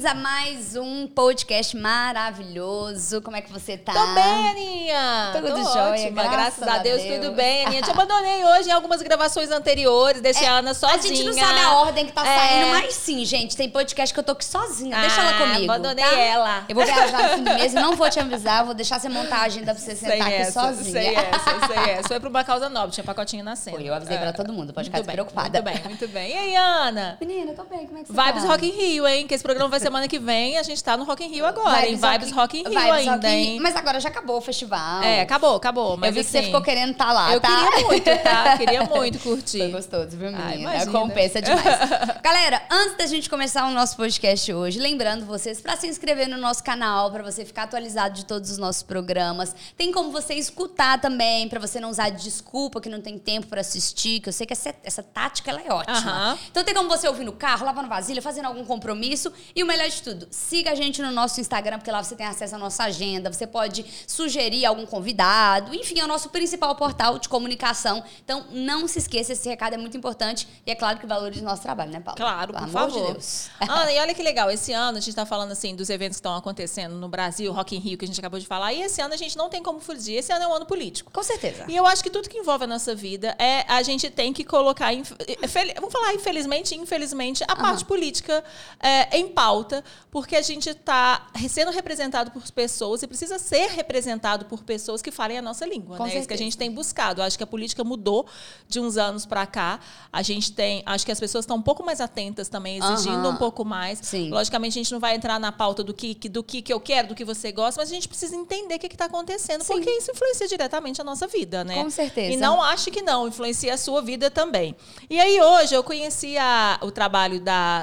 a mais um podcast maravilhoso. Como é que você tá? Tô bem, Aninha. Tudo Tô jóia, ótima, graças a Deus, tudo bem, Aninha. Te abandonei hoje em algumas gravações anteriores, deixei a Ana sozinha. A gente não sabe a ordem que tá saindo, mas sim, gente, tem podcast que eu tô aqui sozinha. Deixa ela comigo, abandonei tá? ela. Eu vou viajar no fim do mês e não vou te avisar, vou deixar você montar a agenda pra você sentar aqui sozinha. Sei essa. Foi pra uma causa nobre, tinha pacotinho na cena. Foi, eu avisei pra todo mundo, pode ficar despreocupada. Muito bem. E aí, Ana? Menina, eu tô bem, como é que você Vibes tá? Rock in Rio, hein? Que esse programa vai semana que vem, a gente tá no Rock in Rio agora, Vibes Rock in Rio ainda, hein? Mas agora já acabou o festival. Acabou. Mas eu vi que assim, você ficou querendo estar lá, eu tá? queria muito, tá? Queria muito curtir. Foi gostoso, viu, menina? Imagina. Compensa demais. Galera, antes da gente começar o nosso podcast hoje, lembrando vocês pra se inscrever no nosso canal, pra você ficar atualizado de todos os nossos programas. Tem como você escutar também, pra você não usar desculpa que não tem tempo pra assistir, que eu sei que essa tática ela é ótima. Então tem como você ouvir no carro, lavando vasilha, fazendo algum compromisso. E o melhor de tudo, siga a gente no nosso Instagram, porque lá você tem acesso à nossa agenda, você pode sugerir algum convidado, enfim, é o nosso principal portal de comunicação. Então não se esqueça, esse recado é muito importante e é claro que valorize o nosso trabalho, né, Paulo? Claro, por favor. De Deus. Ana, e olha que legal, esse ano a gente tá falando assim dos eventos que estão acontecendo no Brasil, Rock in Rio, que a gente acabou de falar, e esse ano a gente não tem como fugir, esse ano é um ano político. Com certeza. E eu acho que tudo que envolve a nossa vida a gente tem que colocar, vamos falar infelizmente e infelizmente, a parte política em pauta, porque a gente está sendo representado por pessoas e precisa ser representado por pessoas que falem a nossa língua, né? É isso que a gente tem buscado. Eu acho que a política mudou de uns anos para cá. Acho que as pessoas estão um pouco mais atentas também, exigindo um pouco mais. Sim. Logicamente, a gente não vai entrar na pauta do que eu quero, do que você gosta, mas a gente precisa entender o que está acontecendo, porque isso influencia diretamente a nossa vida, né? Com certeza. E não ache que não, influencia a sua vida também. E aí, hoje, eu conheci o trabalho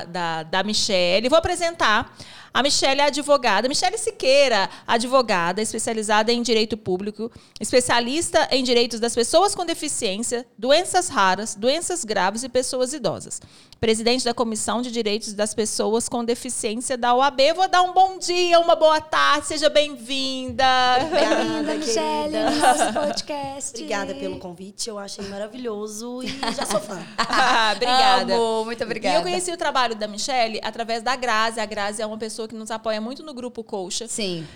da Michele. Vou apresentar. A Michele é advogada. Michele Siqueira, advogada, especializada em direito público, especialista em direitos das pessoas com deficiência, doenças raras, doenças graves e pessoas idosas. Presidente da Comissão de Direitos das Pessoas com Deficiência da OAB. Vou dar um bom dia, uma boa tarde, seja bem-vinda. Obrigada, Michele, no nosso podcast. Obrigada pelo convite, eu achei maravilhoso e já sou fã. Obrigada. Amo, muito obrigada. E eu conheci o trabalho da Michele através da Grazi. A Grazi é uma pessoa que nos apoia muito no Grupo Colcha. Sim.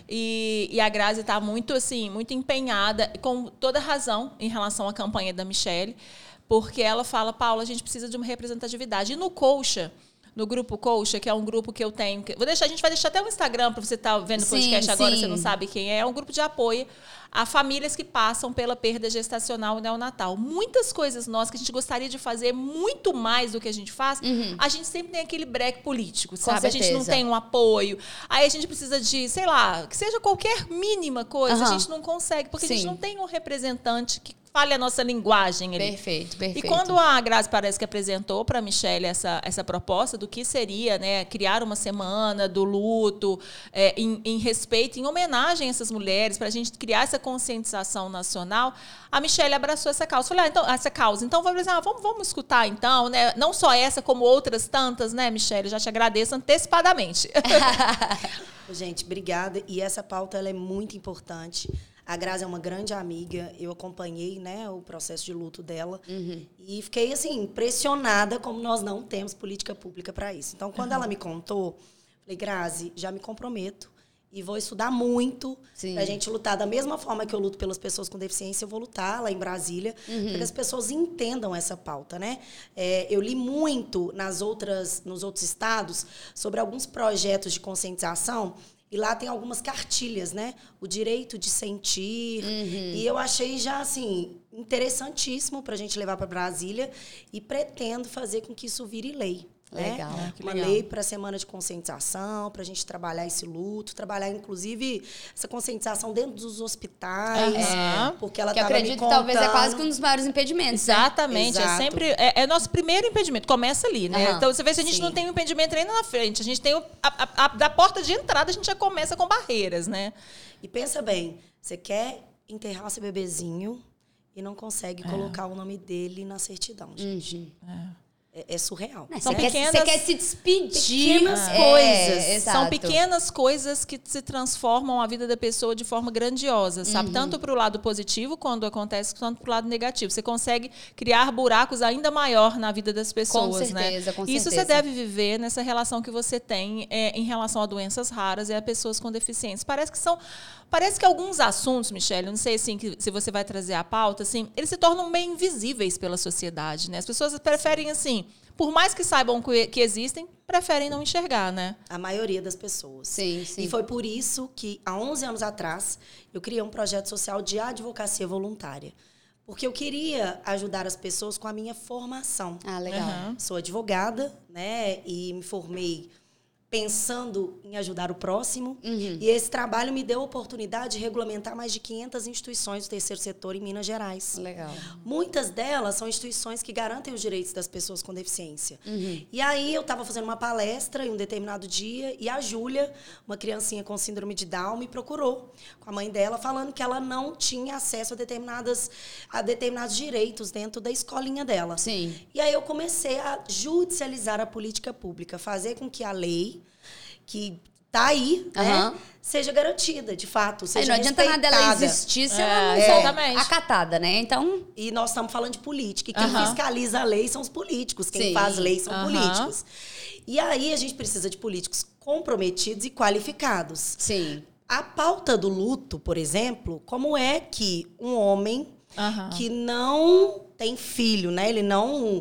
E a Grazi está muito, assim, muito empenhada, com toda razão, em relação à campanha da Michele, porque ela fala, Paula, a gente precisa de uma representatividade. E no Colcha, no Grupo Colcha, que é um grupo que eu tenho... a gente vai deixar até o Instagram para você estar vendo o podcast agora, você não sabe quem é. É um grupo de apoio a famílias que passam pela perda gestacional e neonatal. Muitas coisas nossas que a gente gostaria de fazer muito mais do que a gente faz, a gente sempre tem aquele breque político, sabe? A gente não tem um apoio. Aí a gente precisa de, sei lá, que seja qualquer mínima coisa, a gente não consegue, porque a gente não tem um representante que fale a nossa linguagem ali. Perfeito. E quando a Grazi parece que apresentou para a Michele essa proposta do que seria, né, criar uma semana do luto em respeito, em homenagem a essas mulheres, para a gente criar essa conscientização nacional, a Michele abraçou essa causa. Falei, então vamos escutar então, né? Não só essa, como outras tantas, né, Michele? Já te agradeço antecipadamente. Gente, obrigada. E essa pauta ela é muito importante. A Grazi é uma grande amiga, eu acompanhei, né, o processo de luto dela e fiquei assim, impressionada como nós não temos política pública para isso. Então, quando ela me contou, falei, Grazi, já me comprometo e vou estudar muito para a gente lutar da mesma forma que eu luto pelas pessoas com deficiência, eu vou lutar lá em Brasília para que as pessoas entendam essa pauta, né? Eu li muito nos outros estados sobre alguns projetos de conscientização. E lá tem algumas cartilhas, né? O direito de sentir. E eu achei já, assim, interessantíssimo para a gente levar para Brasília e pretendo fazer com que isso vire lei. Legal. Né? Uma lei para a semana de conscientização, para a gente trabalhar esse luto, trabalhar, inclusive, essa conscientização dentro dos hospitais. Porque ela estava me contando... Que eu acredito que talvez é quase que um dos maiores impedimentos. Exatamente. Né? É sempre... É nosso primeiro impedimento. Começa ali, né? Então, você vê se a gente não tem um impedimento ainda na frente. A gente tem da porta de entrada, a gente já começa com barreiras, né? E pensa bem, você quer enterrar seu bebezinho e não consegue colocar o nome dele na certidão, gente. É surreal. São pequenas... Você quer se despedir. Pequenas coisas. Exato. São pequenas coisas que se transformam a vida da pessoa de forma grandiosa, sabe? Tanto para o lado positivo, quando acontece, quanto para o lado negativo. Você consegue criar buracos ainda maior na vida das pessoas, com certeza, né? com Isso certeza. você deve viver nessa relação que você tem em relação a doenças raras e a pessoas com deficiências. Parece que alguns assuntos, Michele, eu não sei assim, se você vai trazer a pauta, assim, eles se tornam meio invisíveis pela sociedade, né? As pessoas preferem, assim, por mais que saibam que existem, preferem não enxergar, né? A maioria das pessoas. Sim, sim. E foi por isso que, há 11 anos atrás, eu criei um projeto social de advocacia voluntária. Porque eu queria ajudar as pessoas com a minha formação. Ah, legal. Sou advogada, né? E me formei pensando em ajudar o próximo. E esse trabalho me deu a oportunidade de regulamentar mais de 500 instituições do terceiro setor em Minas Gerais. Legal. Muitas delas são instituições que garantem os direitos das pessoas com deficiência. E aí eu estava fazendo uma palestra em um determinado dia e a Júlia, uma criancinha com síndrome de Down, me procurou com a mãe dela falando que ela não tinha acesso a determinados direitos dentro da escolinha dela. Sim. E aí eu comecei a judicializar a política pública, fazer com que a lei que está aí, né, seja garantida, de fato, seja Não adianta nada dela existir se ela não for acatada, né? Então... E nós estamos falando de política. E quem fiscaliza a lei são os políticos. Quem faz lei são políticos. E aí a gente precisa de políticos comprometidos e qualificados. Sim. A pauta do luto, por exemplo, como é que um homem que não tem filho, né? Ele não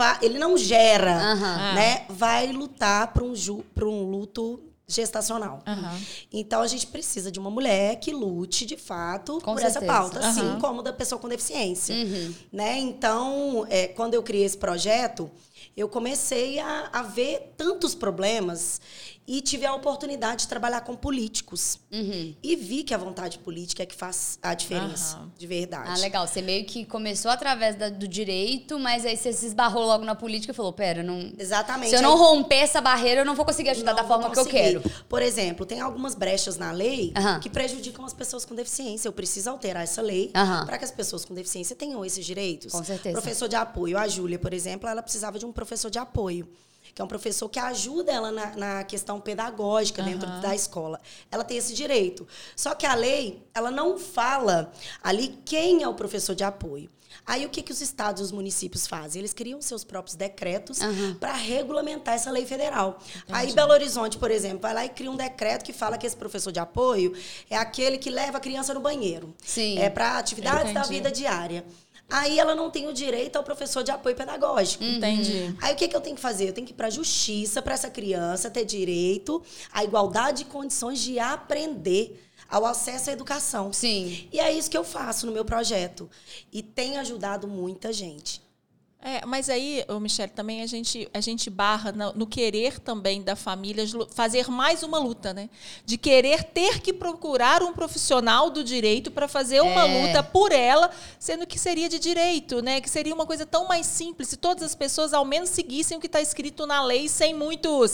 gera, né? Vai lutar por um luto gestacional. Então, a gente precisa de uma mulher que lute, de fato, por essa pauta, assim como da pessoa com deficiência. Né? Então, quando eu criei esse projeto, eu comecei a ver tantos problemas e tive a oportunidade de trabalhar com políticos. E vi que a vontade política é que faz a diferença, de verdade. Ah, legal. Você meio que começou através do direito, mas aí você se esbarrou logo na política e falou, pera, não... Exatamente. Se eu não romper essa barreira, eu não vou conseguir ajudar da forma que eu quero. Por exemplo, tem algumas brechas na lei que prejudicam as pessoas com deficiência. Eu preciso alterar essa lei para que as pessoas com deficiência tenham esses direitos. Com certeza. Professor de apoio. A Júlia, por exemplo, ela precisava de um professor de apoio, que é um professor que ajuda ela na questão pedagógica dentro da escola. Ela tem esse direito. Só que a lei, ela não fala ali quem é o professor de apoio. Aí, o que os estados e os municípios fazem? Eles criam seus próprios decretos para regulamentar essa lei federal. Entendi. Aí, Belo Horizonte, por exemplo, vai lá e cria um decreto que fala que esse professor de apoio é aquele que leva a criança no banheiro. Sim. Para atividades da vida diária. Aí ela não tem o direito ao professor de apoio pedagógico. Entendi. Aí o que eu tenho que fazer? Eu tenho que ir para a justiça para essa criança ter direito à igualdade de condições de aprender, ao acesso à educação. Sim. E é isso que eu faço no meu projeto. E tem ajudado muita gente. Mas aí, Michele, também a gente barra no querer também da família fazer mais uma luta, né? De querer ter que procurar um profissional do direito para fazer uma luta por ela, sendo que seria de direito, né? Que seria uma coisa tão mais simples se todas as pessoas ao menos seguissem o que está escrito na lei sem muitas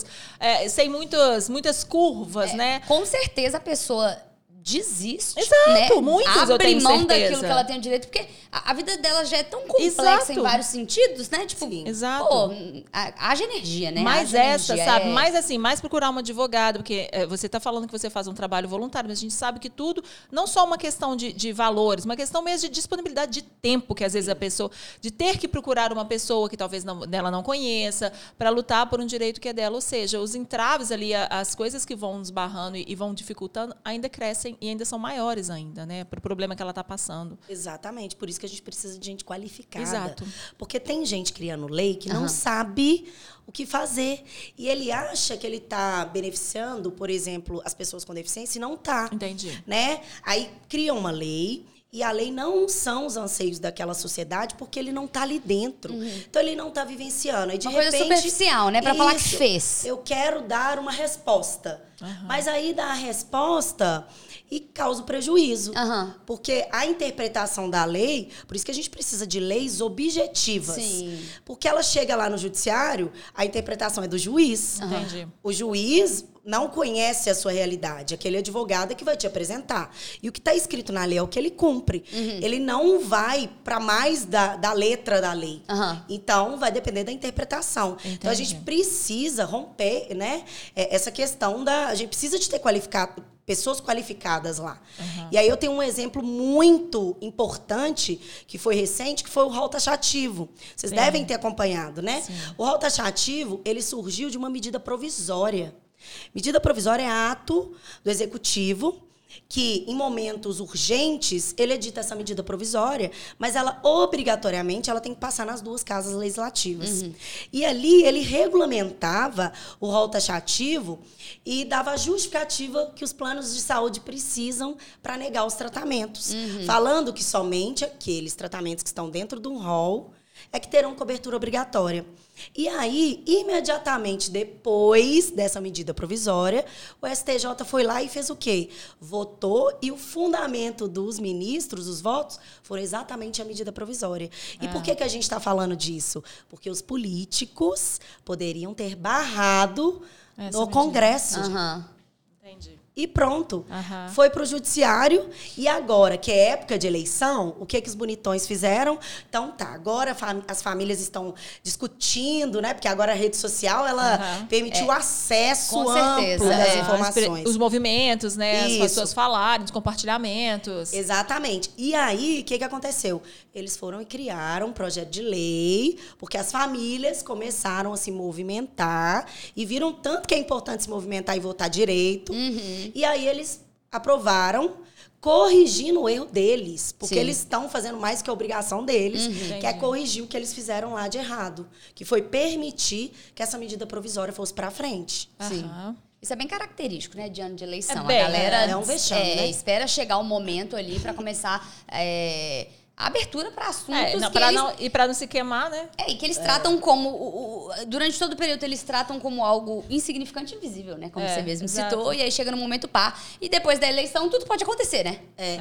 curvas, né? Com certeza a pessoa desiste, exato, né? Muitos eu abre tenho mão certeza. daquilo que ela tem o direito, porque a vida dela já é tão complexa em vários sentidos, né? Tipo, exato. Pô, haja energia, né? Mais haja essa, energia, sabe? Mais assim, mais procurar uma advogada, porque você está falando que você faz um trabalho voluntário, mas a gente sabe que tudo, não só uma questão de valores, uma questão mesmo de disponibilidade de tempo, que às vezes a pessoa, de ter que procurar uma pessoa que talvez ela não conheça, para lutar por um direito que é dela. Ou seja, os entraves ali, as coisas que vão nos barrando e vão dificultando, ainda crescem e ainda são maiores ainda, né? Para o problema que ela está passando. Exatamente. Por isso que a gente precisa de gente qualificada. Exato. Porque tem gente criando lei que não sabe o que fazer. E ele acha que ele está beneficiando, por exemplo, as pessoas com deficiência e não está. Entendi. Né? Aí criam uma lei. E a lei não são os anseios daquela sociedade porque ele não está ali dentro. Então, ele não está vivenciando. Aí, de repente, coisa superficial, né? Para falar que fez. Eu quero dar uma resposta. Mas aí dá a resposta e causa prejuízo. Porque a interpretação da lei... Por isso que a gente precisa de leis objetivas. Sim. Porque ela chega lá no judiciário, a interpretação é do juiz. Entendi. O juiz não conhece a sua realidade. Aquele advogado é que vai te apresentar. E o que está escrito na lei é o que ele cumpre. Ele não vai para mais da letra da lei. Então, vai depender da interpretação. Entendi. Então, a gente precisa romper, né, essa questão da... A gente precisa de ter pessoas qualificadas lá. E aí eu tenho um exemplo muito importante, que foi recente, que foi o rol taxativo. Vocês devem ter acompanhado, né? Sim. O rol taxativo, ele surgiu de uma medida provisória. Medida provisória é ato do executivo que, em momentos urgentes, ele edita essa medida provisória, mas ela, obrigatoriamente, ela tem que passar nas 2 casas legislativas. E ali, ele regulamentava o rol taxativo e dava a justificativa que os planos de saúde precisam para negar os tratamentos. Falando que somente aqueles tratamentos que estão dentro de um rol é que terão cobertura obrigatória. E aí, imediatamente depois dessa medida provisória, o STJ foi lá e fez o quê? Votou, e o fundamento dos ministros, os votos, foram exatamente a medida provisória. E por que a gente está falando disso? Porque os políticos poderiam ter barrado no Congresso. Entendi. E pronto. Foi para o judiciário. E agora, que é época de eleição, o que os bonitões fizeram? Então, tá, agora as famílias estão discutindo, né? Porque agora a rede social, ela permitiu acesso amplo das informações. Os movimentos, né? As pessoas falarem, os compartilhamentos. Exatamente. E aí, o que aconteceu? Eles foram e criaram um projeto de lei, porque as famílias começaram a se movimentar e viram tanto que é importante se movimentar e votar direito. E aí eles aprovaram, corrigindo o erro deles. Porque eles estão fazendo mais que a obrigação deles, que é corrigir o que eles fizeram lá de errado. Que foi permitir que essa medida provisória fosse para frente. Isso é bem característico, né, de ano de eleição. Bem, a galera é um vexame, né? espera chegar o momento ali para começar... a abertura para assuntos e para não se queimar, né? E que eles tratam como... durante todo o período, eles tratam como algo insignificante e invisível, né? Como você mesmo citou. E aí chega no momento pá. E depois da eleição, tudo pode acontecer, né?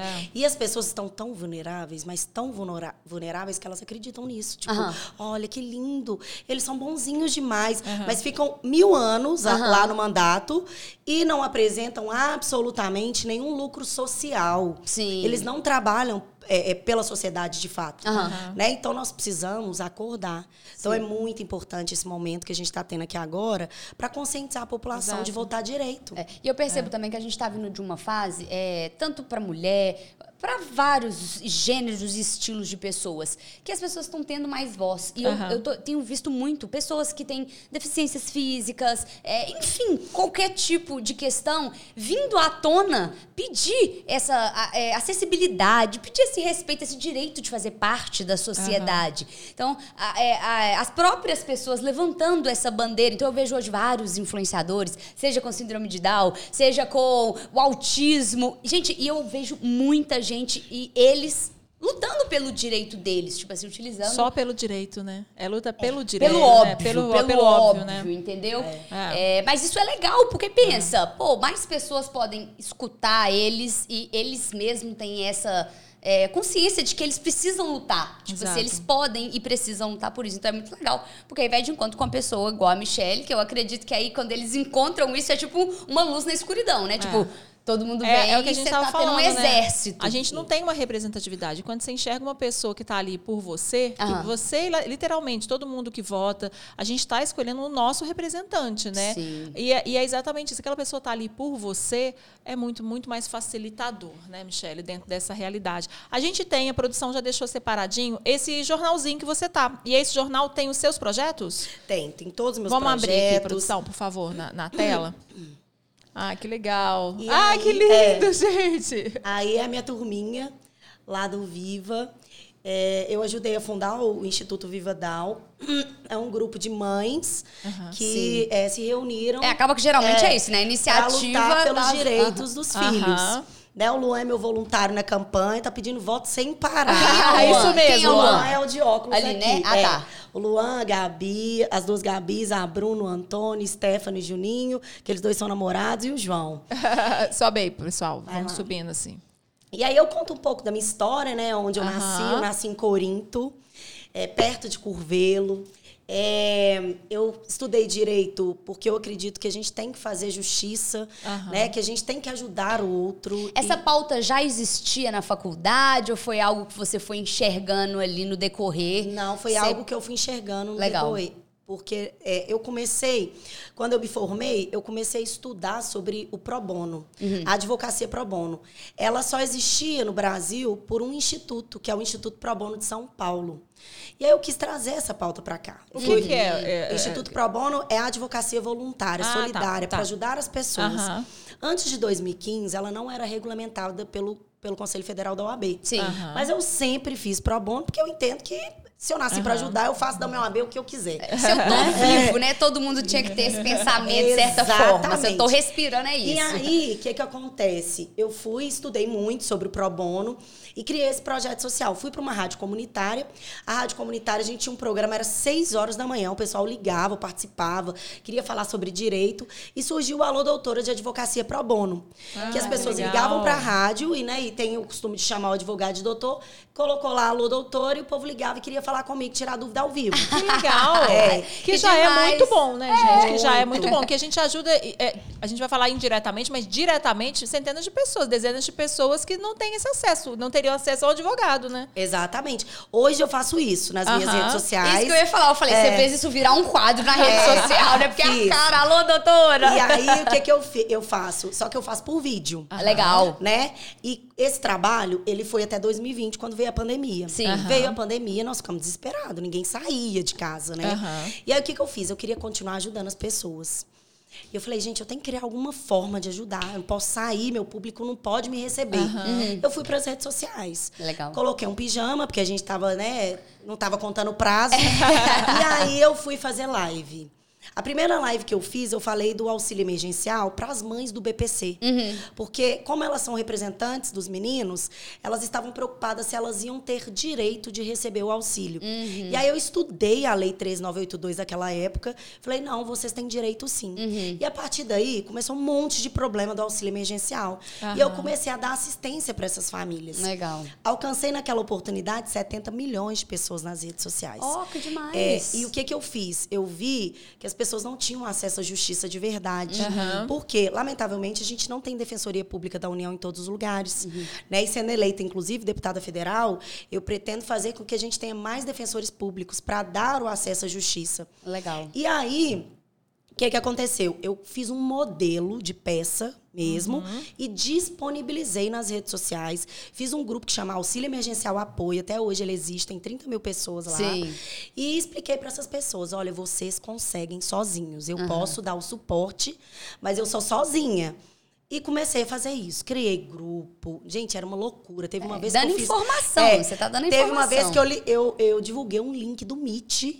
E as pessoas estão tão vulneráveis, mas tão vulneráveis que elas acreditam nisso. Tipo, olha que lindo, eles são bonzinhos demais. Mas ficam 1000 anos lá no mandato e não apresentam absolutamente nenhum lucro social. Eles não trabalham pela sociedade, de fato. Né? Então, nós precisamos acordar. Então, é muito importante esse momento que a gente está tendo aqui agora para conscientizar a população de votar direito. E eu percebo também que a gente está vindo de uma fase, tanto para mulher, para vários gêneros e estilos de pessoas, que as pessoas estão tendo mais voz. E eu tenho visto muito pessoas que têm deficiências físicas, enfim, qualquer tipo de questão, vindo à tona, pedir essa acessibilidade, pedir esse respeito, esse direito de fazer parte da sociedade. Então, as próprias pessoas levantando essa bandeira. Então, eu vejo hoje vários influenciadores, seja com síndrome de Down, seja com o autismo. Gente, e eu vejo muita gente e eles lutando pelo direito deles, tipo assim, utilizando... Só pelo direito, né? É luta pelo direito. Pelo óbvio, né? Pelo óbvio, né? Entendeu? Mas isso é legal, porque pensa, mais pessoas podem escutar eles e eles mesmos têm essa... consciência de que eles precisam lutar. Tipo assim, eles podem e precisam lutar por isso. Então é muito legal. Porque aí vai de encontro com uma pessoa igual a Michelle, que eu acredito que aí quando eles encontram isso é tipo uma luz na escuridão, né? Tipo, todo mundo vem é o que a gente estava falando, tendo um exército. Né? A gente não tem uma representatividade. Quando você enxerga uma pessoa que está ali por você, que você, literalmente, todo mundo que vota, a gente está escolhendo o nosso representante, né? Sim. E é exatamente isso. Aquela pessoa está ali por você é muito, muito mais facilitador, né, Michelle, dentro dessa realidade. A gente tem, a produção já deixou separadinho, esse jornalzinho que você tá. E esse jornal tem os seus projetos? Tem todos os meus projetos. Vamos abrir aqui, produção, por favor, na tela. Que legal. Aí, que lindo, gente. Aí é a minha turminha, lá do Viva. Eu ajudei a fundar o Instituto Viva Down. É um grupo de mães que se reuniram. Acaba que geralmente é isso, né? Iniciativa... Para lutar pelos direitos dos filhos. Né, o Luan é meu voluntário na campanha, tá pedindo voto sem parar. Isso mesmo. O Luan é o de óculos ali, aqui. Né? Tá. O Luan, a Gabi, as 2 Gabis, a Bruno, o Antônio, Stephanie e Juninho, que eles 2 são namorados, e o João. Sobe aí, pessoal. Vamos subindo assim. E aí eu conto um pouco da minha história, né? Onde eu nasci. Eu nasci em Corinto, perto de Curvelo. Eu estudei direito porque eu acredito que a gente tem que fazer justiça, né? Que a gente tem que ajudar o outro. Essa pauta já existia na faculdade ou foi algo que você foi enxergando ali no decorrer? Não, foi algo que eu fui enxergando no decorrer. Porque eu comecei, quando eu me formei, eu comecei a estudar sobre o pro bono, a advocacia pro bono. Ela só existia no Brasil por um instituto, que é o Instituto Pro Bono de São Paulo. E aí eu quis trazer essa pauta para cá. O que é? O Instituto Pro Bono é a advocacia voluntária, solidária, para ajudar as pessoas. Antes de 2015, ela não era regulamentada pelo Conselho Federal da OAB. Sim. Mas eu sempre fiz pro bono, porque eu entendo que se eu nasci para ajudar, eu faço da minha OAB o que eu quiser. Se eu tô vivo, né? Todo mundo tinha que ter esse pensamento de certa forma. Se eu tô respirando, é isso. E aí, o que acontece? Eu estudei muito sobre o pro bono e criei esse projeto social. Fui para uma rádio comunitária. A rádio comunitária, a gente tinha um programa, era 6 horas da manhã. O pessoal ligava, participava, queria falar sobre direito. E surgiu o Alô Doutora de Advocacia Pro Bono. Que as pessoas ligavam para a rádio e tem o costume de chamar o advogado de doutor, colocou lá Alô Doutora e o povo ligava e queria falar comigo, tirar dúvida ao vivo. Que legal! Que já é muito bom, né, gente? Que já é muito bom. Que a gente ajuda, a gente vai falar indiretamente, mas diretamente, centenas de pessoas, dezenas de pessoas que não têm esse acesso, não teriam acesso ao advogado, né? Exatamente. Hoje eu faço isso nas minhas redes sociais. Isso que eu ia falar. Eu falei, você fez isso virar um quadro na rede social, né? Porque a cara, alô, doutora! E aí, o que eu faço? Só que eu faço por vídeo. Legal. Né? E esse trabalho, ele foi até 2020, quando veio a pandemia. Sim. Veio a pandemia, nós ficamos desesperados. Ninguém saía de casa, né? E aí, o que eu fiz? Eu queria continuar ajudando as pessoas. E eu falei, gente, eu tenho que criar alguma forma de ajudar. Eu não posso sair, meu público não pode me receber. Eu fui para as redes sociais. Legal. Coloquei um pijama, porque a gente tava, né, não tava contando prazo. E aí eu fui fazer live. A primeira live que eu fiz, eu falei do auxílio emergencial para as mães do BPC. Porque, como elas são representantes dos meninos, elas estavam preocupadas se elas iam ter direito de receber o auxílio. E aí eu estudei a Lei 13982 daquela época. Falei, não, vocês têm direito sim. E a partir daí, começou um monte de problema do auxílio emergencial. E eu comecei a dar assistência para essas famílias. Legal. Alcancei naquela oportunidade 70 milhões de pessoas nas redes sociais. Oh, que demais! E o que eu fiz? Eu vi que as pessoas não tinham acesso à justiça de verdade. Porque, lamentavelmente, a gente não tem Defensoria Pública da União em todos os lugares. Né? E sendo eleita, inclusive, deputada federal, eu pretendo fazer com que a gente tenha mais defensores públicos para dar o acesso à justiça. Legal. E aí, o que aconteceu? Eu fiz um modelo de peça mesmo e disponibilizei nas redes sociais. Fiz um grupo que chama Auxílio Emergencial Apoio. Até hoje ele existe, tem 30 mil pessoas lá. Sim. E expliquei para essas pessoas, olha, vocês conseguem sozinhos. Eu posso dar o suporte, mas eu sou sozinha. E comecei a fazer isso. Criei grupo. Gente, era uma loucura. Teve uma vez que eu fiz... informação. Você tá dando informação. Teve uma vez que eu divulguei um link do Meet.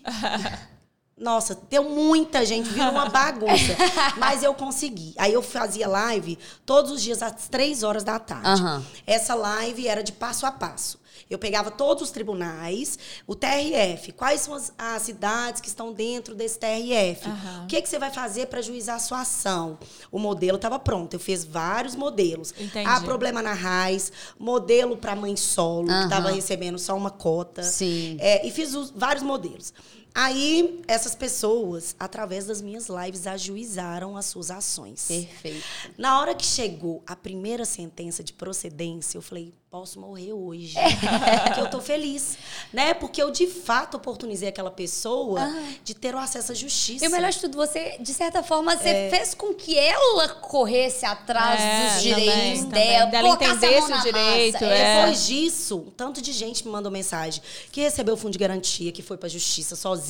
Nossa, deu muita gente, virou uma bagunça. Mas eu consegui. Aí eu fazia live todos os dias às 3 horas da tarde. Essa live era de passo a passo. Eu pegava todos os tribunais, o TRF, quais são as cidades que estão dentro desse TRF. O que você vai fazer para juizar a sua ação? O modelo estava pronto, eu fiz vários modelos. Entendi. Há problema na RAIS, modelo para mãe solo, que estava recebendo só uma cota. Sim. E fiz vários modelos. Aí, essas pessoas, através das minhas lives, ajuizaram as suas ações. Perfeito. Na hora que chegou a primeira sentença de procedência, eu falei, posso morrer hoje. Porque eu tô feliz. Né? Porque eu, de fato, oportunizei aquela pessoa de ter o acesso à justiça. E o melhor de tudo, você, de certa forma, você fez com que ela corresse atrás dos direitos dela. Dela entendesse o direito. Depois disso, um tanto de gente me mandou mensagem que recebeu o fundo de garantia, que foi pra justiça sozinha.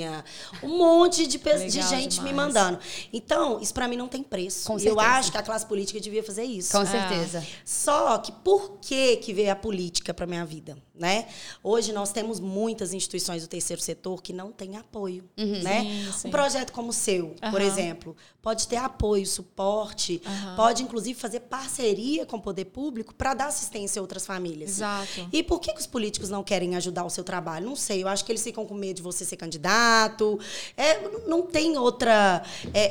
Um monte de gente demais me mandando. Então, isso pra mim não tem preço. Com certeza. Eu acho que a classe política devia fazer isso. Com certeza. Só que por que veio a política pra minha vida? Né? Hoje nós temos muitas instituições do terceiro setor que não têm apoio. Né? Sim. Um projeto como o seu, por exemplo, pode ter apoio, suporte, pode inclusive fazer parceria com o poder público para dar assistência a outras famílias. Exato. E por que os políticos não querem ajudar o seu trabalho? Não sei, eu acho que eles ficam com medo de você ser candidato. Não tem outra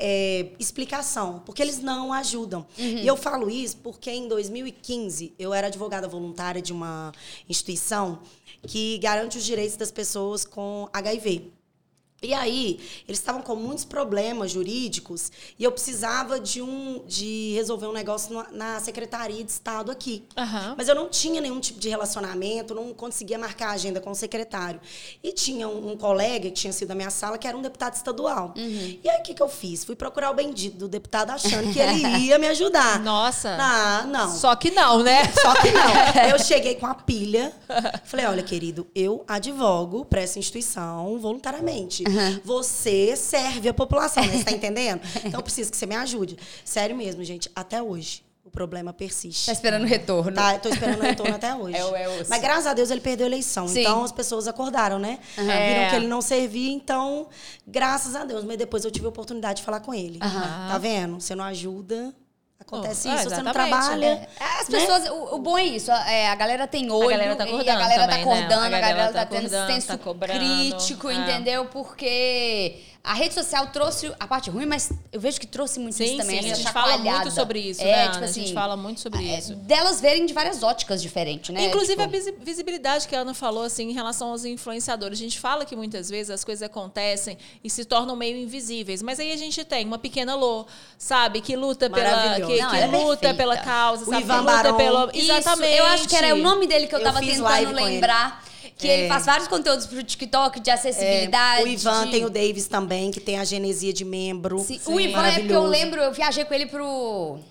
explicação, porque eles não ajudam. E eu falo isso porque em 2015 eu era advogada voluntária de uma instituição que garante os direitos das pessoas com HIV. E aí, eles estavam com muitos problemas jurídicos e eu precisava de resolver um negócio na Secretaria de Estado aqui. Mas eu não tinha nenhum tipo de relacionamento, não conseguia marcar a agenda com o secretário. E tinha um colega que tinha sido da minha sala, que era um deputado estadual. E aí, o que eu fiz? Fui procurar o bendito do deputado achando que ele ia me ajudar. Nossa! Não. Só que não, né? Só que não. Eu cheguei com a pilha, falei, olha, querido, eu advogo para essa instituição voluntariamente. Você serve a população, né? Você tá entendendo? Então, eu preciso que você me ajude. Sério mesmo, gente. Até hoje, o problema persiste. Tá esperando o retorno. Tá, tô esperando o retorno até hoje. Mas, graças a Deus, ele perdeu a eleição. Sim. Então, as pessoas acordaram, né? Viram que ele não servia, então, graças a Deus. Mas depois eu tive a oportunidade de falar com ele. Tá vendo? Você não ajuda... Acontece isso, você não trabalha. As pessoas, o bom é isso, a galera tem olho, a galera tá acordando, e a galera também, tá acordando, né? a galera tá acordando, tendo senso tá cobrando, crítico, entendeu? Porque a rede social trouxe a parte ruim, mas eu vejo que trouxe muito isso também. Sim, essa a gente fala chacoalhada. muito sobre isso, né, tipo Ana? assim, A gente fala muito sobre isso. Delas verem de várias óticas diferentes, né? Inclusive tipo... a visibilidade que a Ana falou, assim, em relação aos influenciadores. A gente fala que muitas vezes as coisas acontecem e se tornam meio invisíveis. Mas aí a gente tem uma pequena Lô, sabe? Que luta pela causa, sabe? O Ivan que luta pelo... Isso, Exatamente. eu acho que era o nome dele que eu tava fiz tentando live com lembrar. Que ele faz vários conteúdos pro TikTok de acessibilidade. O Ivan tem o Davis também, que tem a genesia de membro. Sim. O Ivan é porque eu lembro, eu viajei com ele pro...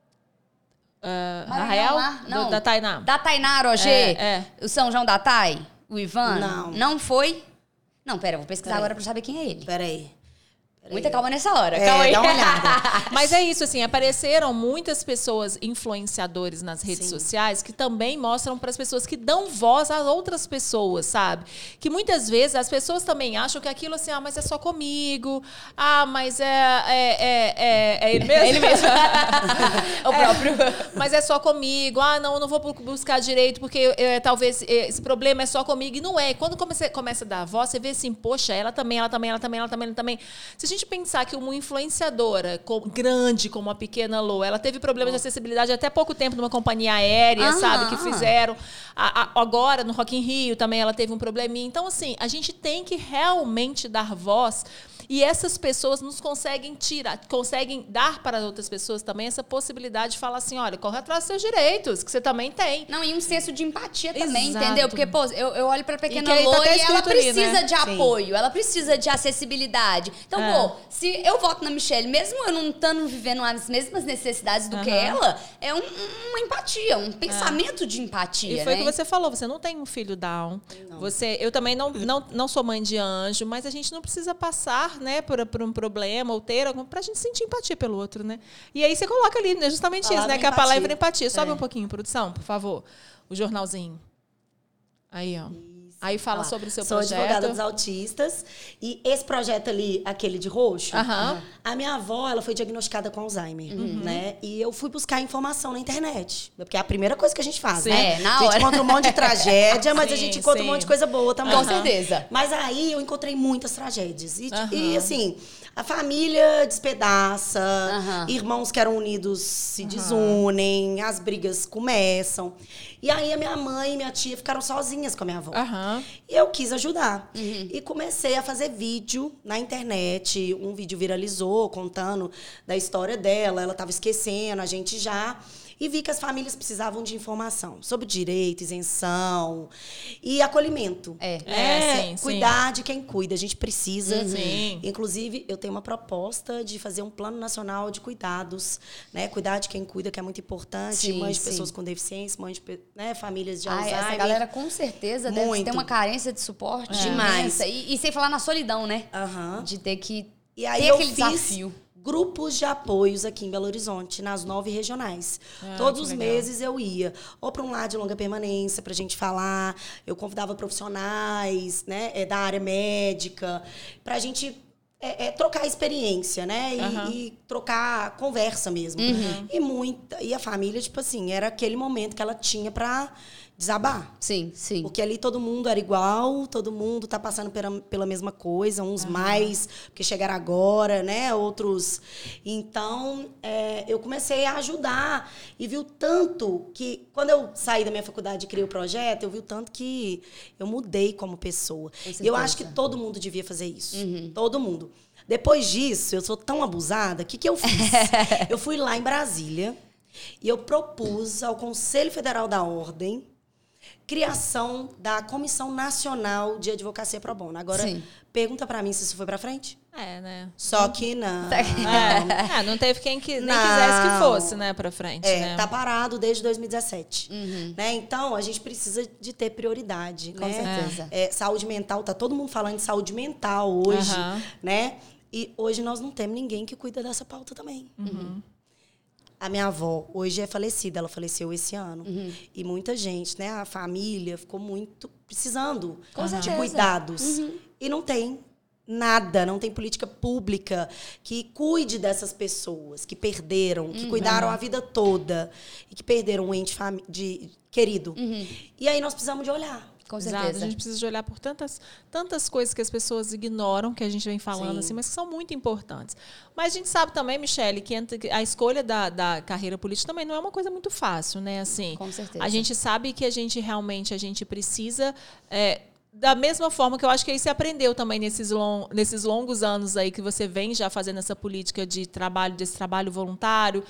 Arraial? Não. Da Tainá. Da Tainá, Roger. O São João da Tai? O Ivan? Não. Não foi? Não, pera, eu vou pesquisar agora pra saber quem é ele. Peraí. Muita calma nessa hora. Calma aí. Dá uma olhada. Mas é isso, assim, apareceram muitas pessoas influenciadores nas redes sociais que também mostram para as pessoas que dão voz a outras pessoas, sabe? Que muitas vezes as pessoas também acham que aquilo assim, mas é só comigo. Mas é ele mesmo. Ele mesmo. O próprio. Mas é só comigo. Não vou buscar direito porque talvez esse problema é só comigo. E não é. Quando começa a dar voz, você vê assim, poxa, ela também. Se a gente pensar que uma influenciadora grande como a pequena Lô, ela teve problemas de acessibilidade até pouco tempo numa companhia aérea, sabe? Que fizeram. Agora, no Rock in Rio, também ela teve um probleminha. Então, assim, a gente tem que realmente dar voz. E essas pessoas nos conseguem dar para outras pessoas também essa possibilidade de falar assim, olha, corre atrás dos seus direitos, que você também tem. Não, e um senso de empatia também, Exato. Entendeu? Porque, pô, eu olho pra pequena E Lô tá e ela precisa ali, né? de apoio, ela precisa de acessibilidade. Então, pô, se eu voto na Michelle, mesmo eu não estando vivendo as mesmas necessidades do que ela, é uma empatia, um pensamento de empatia, E foi o né? que você falou, você não tem um filho down. Eu também não sou mãe de anjo, mas a gente não precisa passar, né, por um problema ou ter pra gente sentir empatia pelo outro, né? E aí você coloca ali, né, justamente isso, né? Que é a palavra empatia. Sobe um pouquinho, produção, por favor. O jornalzinho. Aí, ó. Aí fala sobre o seu projeto. Sou advogada dos autistas. E esse projeto ali, aquele de roxo, a minha avó, ela foi diagnosticada com Alzheimer, né? E eu fui buscar informação na internet. Porque é a primeira coisa que a gente faz, né? Na a gente hora. encontra um monte de tragédia, mas a gente encontra um monte de coisa boa também. Com certeza. Mas aí eu encontrei muitas tragédias. E assim, a família despedaça, irmãos que eram unidos se desunem, as brigas começam. E aí a minha mãe e minha tia ficaram sozinhas com a minha avó. E eu quis ajudar. E comecei a fazer vídeo na internet. Um vídeo viralizou, contando da história dela. Ela estava esquecendo, a gente já... E vi que as famílias precisavam de informação sobre direito, isenção e acolhimento. Sim, cuidar de quem cuida. A gente precisa. Sim. Inclusive, eu tenho uma proposta de fazer um plano nacional de cuidados, né? Cuidar de quem cuida, que é muito importante. Sim, mães de pessoas com deficiência, mães de famílias de Alzheimer. Essa galera com certeza deve ter uma carência de suporte demais. imensa. E sem falar na solidão, né? De ter que e aí ter eu aquele fiz desafio. Grupos de apoios aqui em Belo Horizonte, nas 9 regionais. Todos os meses eu ia, ou para um lar de longa permanência, para a gente falar. Eu convidava profissionais, né, da área médica, para a gente trocar experiência, né? E trocar conversa mesmo. E a família, tipo assim, era aquele momento que ela tinha pra desabar. Sim. Porque ali todo mundo era igual, todo mundo tá passando pela mesma coisa, uns mais, porque chegaram agora, né? Outros. Então, eu comecei a ajudar e vi o tanto que, quando eu saí da minha faculdade e criei o projeto, eu vi o tanto que eu mudei como pessoa. E eu acho que todo mundo devia fazer isso. Todo mundo. Depois disso, eu sou tão abusada, o que eu fiz? Eu fui lá em Brasília e eu propus ao Conselho Federal da Ordem criação da Comissão Nacional de Advocacia Pro Bono. Agora, pergunta pra mim se isso foi pra frente. Né? Só que não. Não teve quem nem quisesse que fosse, né, pra frente. Né? Tá parado desde 2017. Né? Então, a gente precisa de ter prioridade. Com certeza. Saúde mental, tá todo mundo falando de saúde mental hoje, né? E hoje nós não temos ninguém que cuida dessa pauta também. A minha avó hoje é falecida, ela faleceu esse ano. E muita gente, né? A família ficou muito precisando de cuidados. E não tem nada, não tem política pública que cuide dessas pessoas que perderam, que cuidaram a vida toda e que perderam um ente querido. E aí nós precisamos de olhar. Com certeza. Exato. A gente precisa de olhar por tantas coisas que as pessoas ignoram, que a gente vem falando, assim, mas que são muito importantes. Mas a gente sabe também, Michele, que a escolha da carreira política também não é uma coisa muito fácil, né? Assim, com certeza. A gente sabe que a gente precisa... da mesma forma que eu acho que aí você aprendeu também nesses longos anos aí que você vem já fazendo essa política de trabalho, desse trabalho voluntário,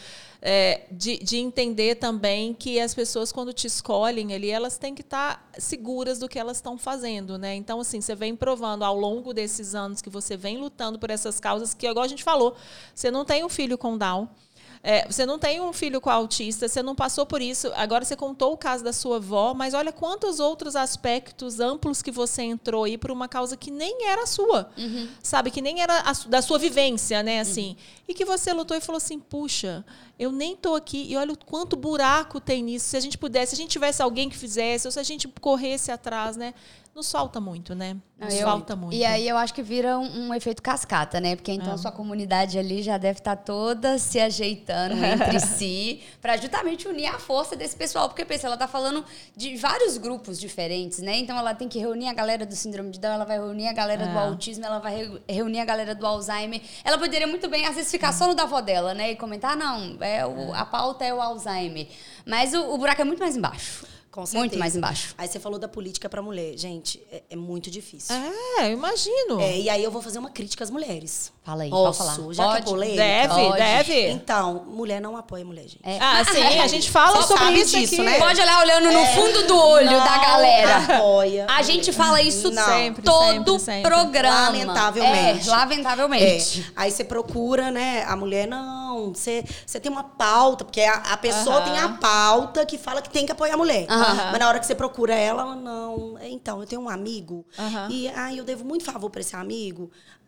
de entender também que as pessoas, quando te escolhem ali, elas têm que estar seguras do que elas estão fazendo, né? Então, assim, você vem provando ao longo desses anos que você vem lutando por essas causas, que, igual a gente falou, você não tem um filho com Down, você não tem um filho com autista, você não passou por isso. Agora você contou o caso da sua avó, mas olha quantos outros aspectos amplos que você entrou aí por uma causa que nem era sua, sabe? Que nem era da sua vivência, né? Assim, e que você lutou e falou assim, puxa, eu nem estou aqui e olha o quanto buraco tem nisso. Se a gente pudesse, se a gente tivesse alguém que fizesse, ou se a gente corresse atrás, né? Nos falta muito, né? Nos falta muito. E aí eu acho que vira um efeito cascata, né? Porque então sua comunidade ali já deve estar toda se ajeitando entre si para justamente unir a força desse pessoal. Porque, pensa, ela tá falando de vários grupos diferentes, né? Então ela tem que reunir a galera do síndrome de Down, ela vai reunir a galera do autismo, ela vai reunir a galera do Alzheimer. Ela poderia muito bem, às vezes, ficar só no da avó dela, né? E comentar, não, a pauta é o Alzheimer. Mas o buraco é muito mais embaixo. Com certeza. Muito mais embaixo. Aí você falou da política para mulher. Gente, é muito difícil. Eu imagino. E aí eu vou fazer uma crítica às mulheres. Fala aí, pode falar. Já que é polêmica. Deve. Então, mulher não apoia mulher, gente. Sim, a gente fala sobre isso disso, aqui. né? Pode olhar olhando no fundo do olho da galera. Apoia. A gente fala isso sempre, todo sempre. programa. Lamentavelmente. Lamentavelmente. Aí você procura, né? A mulher, não. Você tem uma pauta, porque a pessoa tem a pauta que fala que tem que apoiar a mulher. Mas na hora que você procura ela não. Então, eu tenho um amigo e eu devo muito favor para esse amigo.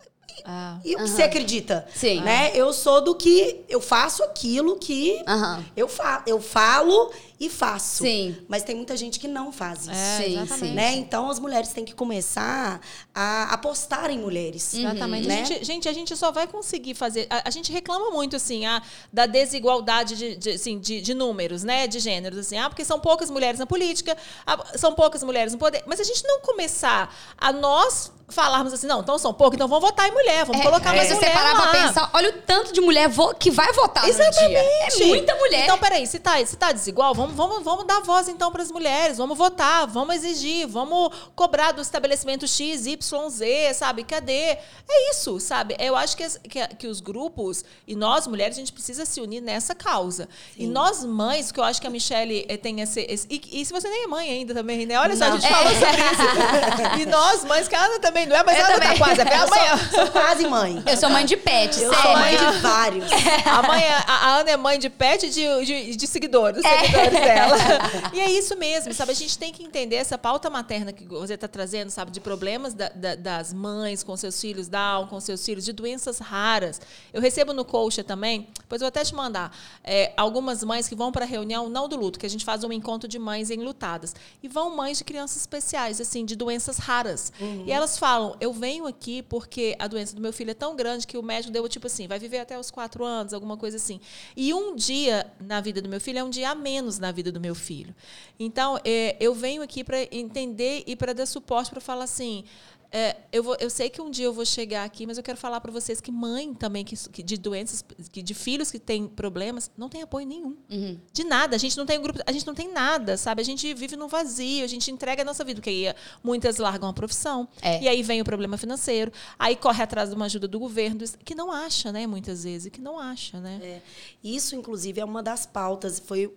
E o que você acredita? Sim. Né? Eu sou do que eu faço aquilo que eu falo e faço. Sim. Mas tem muita gente que não faz isso. Sim, exatamente. Né? Então, as mulheres têm que começar a apostar em mulheres. Exatamente. Né? A gente só vai conseguir fazer... A gente reclama muito, assim, da desigualdade de números, né? De gêneros, assim. Porque são poucas mulheres na política, são poucas mulheres no poder. Mas a gente não começar a nós falarmos assim, não, então são poucas, então vamos votar em mulher, vamos colocar mais mulher lá. Mas você parar pra pensar, olha o tanto de mulher que vai votar no dia. É muita mulher. Então, peraí, se tá desigual, vamos dar voz, então, para as mulheres, vamos votar, vamos exigir, vamos cobrar do estabelecimento X, Y, Z, sabe? Cadê? É isso, sabe? Eu acho que os grupos, e nós, mulheres, a gente precisa se unir nessa causa. Sim. E nós, mães, que eu acho que a Michele tem e se você nem é mãe ainda também, né? Olha só, a gente falou sobre isso. E nós, mães, que ela também não é, mas ela também tá quase. Amanhã. Sou quase mãe. Eu sou mãe de pet, sou mãe de vários. A Ana é mãe de pet e de seguidores. dela. E é isso mesmo, sabe? A gente tem que entender essa pauta materna que você está trazendo, sabe? De problemas das mães com seus filhos Down, com seus filhos, de doenças raras. Eu recebo no Colcha também, depois eu vou até te mandar, algumas mães que vão para a reunião, não do luto, que a gente faz um encontro de mães enlutadas. E vão mães de crianças especiais, assim, de doenças raras. E elas falam, eu venho aqui porque a doença do meu filho é tão grande que o médico deu, tipo assim, vai viver até os 4 anos, alguma coisa assim. E um dia na vida do meu filho é um dia a menos na vida do meu filho. Então, eu venho aqui para entender e para dar suporte, para falar assim... eu sei que um dia eu vou chegar aqui, mas eu quero falar para vocês que mãe também de doenças, de filhos que têm problemas, não tem apoio nenhum. De nada. A gente não tem grupo, a gente não tem nada, sabe? A gente vive num vazio, a gente entrega a nossa vida, porque aí muitas largam a profissão, e aí vem o problema financeiro, aí corre atrás de uma ajuda do governo, que não acha, né? Muitas vezes, que não acha, né? Isso, inclusive, é uma das pautas, foi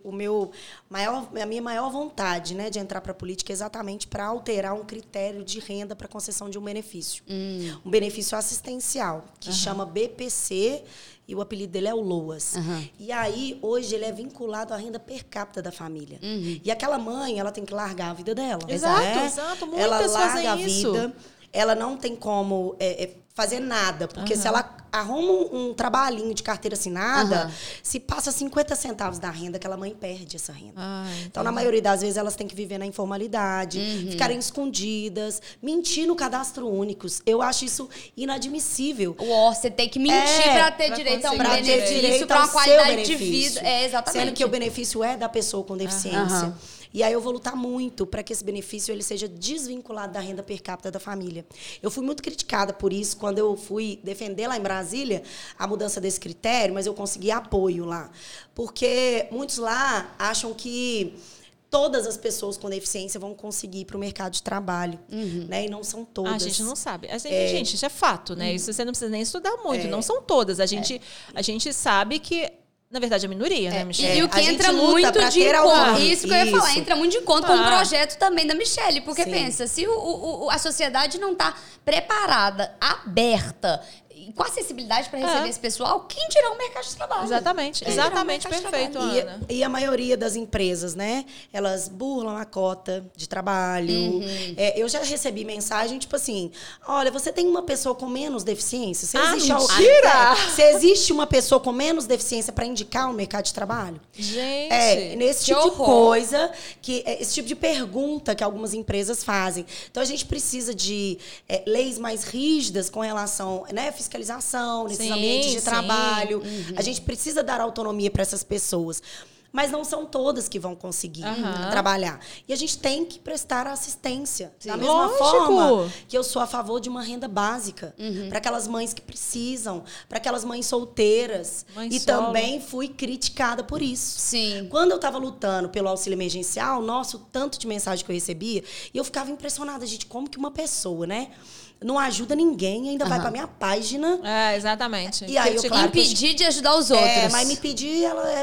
a minha maior vontade, né, de entrar para a política, exatamente para alterar um critério de renda para concessão de um benefício. Um benefício assistencial, que chama BPC, e o apelido dele é o LOAS. E aí, hoje, ele é vinculado à renda per capita da família. E aquela mãe, ela tem que largar a vida dela. Exato. Muitas ela larga fazem a isso. vida, ela não tem como fazer nada, porque se ela arruma um trabalhinho de carteira assinada, se passa 50 centavos da renda, aquela mãe perde essa renda. Então, na maioria das vezes, elas têm que viver na informalidade, ficarem escondidas, mentir no cadastro único. Eu acho isso inadmissível. Você tem que mentir para ter direito a um benefício, para uma qualidade de vida. Exatamente. Sendo que o benefício é da pessoa com deficiência. E aí eu vou lutar muito para que esse benefício ele seja desvinculado da renda per capita da família. Eu fui muito criticada por isso quando eu fui defender lá em Brasília a mudança desse critério, mas eu consegui apoio lá. Porque muitos lá acham que todas as pessoas com deficiência vão conseguir ir para o mercado de trabalho, né? E não são todas. A gente não sabe. Gente, isso é fato, né? Isso você não precisa nem estudar muito. Não são todas. A gente sabe que, na verdade, a minoria, né, Michelle? E o que entra muito de encontro. Isso que eu ia falar, entra muito de encontro com o projeto também da Michelle. Porque pensa, se a sociedade não está preparada, aberta, com acessibilidade para receber esse pessoal, quem dirá o mercado de trabalho? Exatamente, perfeito, Ana. E a maioria das empresas, né? Elas burlam a cota de trabalho. Eu já recebi mensagem, tipo assim, olha, você tem uma pessoa com menos deficiência? Mentira! Se existe uma pessoa com menos deficiência para indicar o mercado de trabalho? Gente! Nesse tipo de coisa, esse tipo de pergunta que algumas empresas fazem. Então, a gente precisa de leis mais rígidas com relação, né, fiscalização nesses ambientes de trabalho. A gente precisa dar autonomia para essas pessoas. Mas não são todas que vão conseguir trabalhar. E a gente tem que prestar assistência. Da mesma forma que eu sou a favor de uma renda básica para aquelas mães que precisam, para aquelas mães solteiras. Também fui criticada por isso. Quando eu estava lutando pelo auxílio emergencial, nossa, o tanto de mensagem que eu recebia, e eu ficava impressionada, gente, como que uma pessoa, né, não ajuda ninguém, ainda vai pra minha página. Exatamente. E aí, impedir de ajudar os outros. Mas me pedir,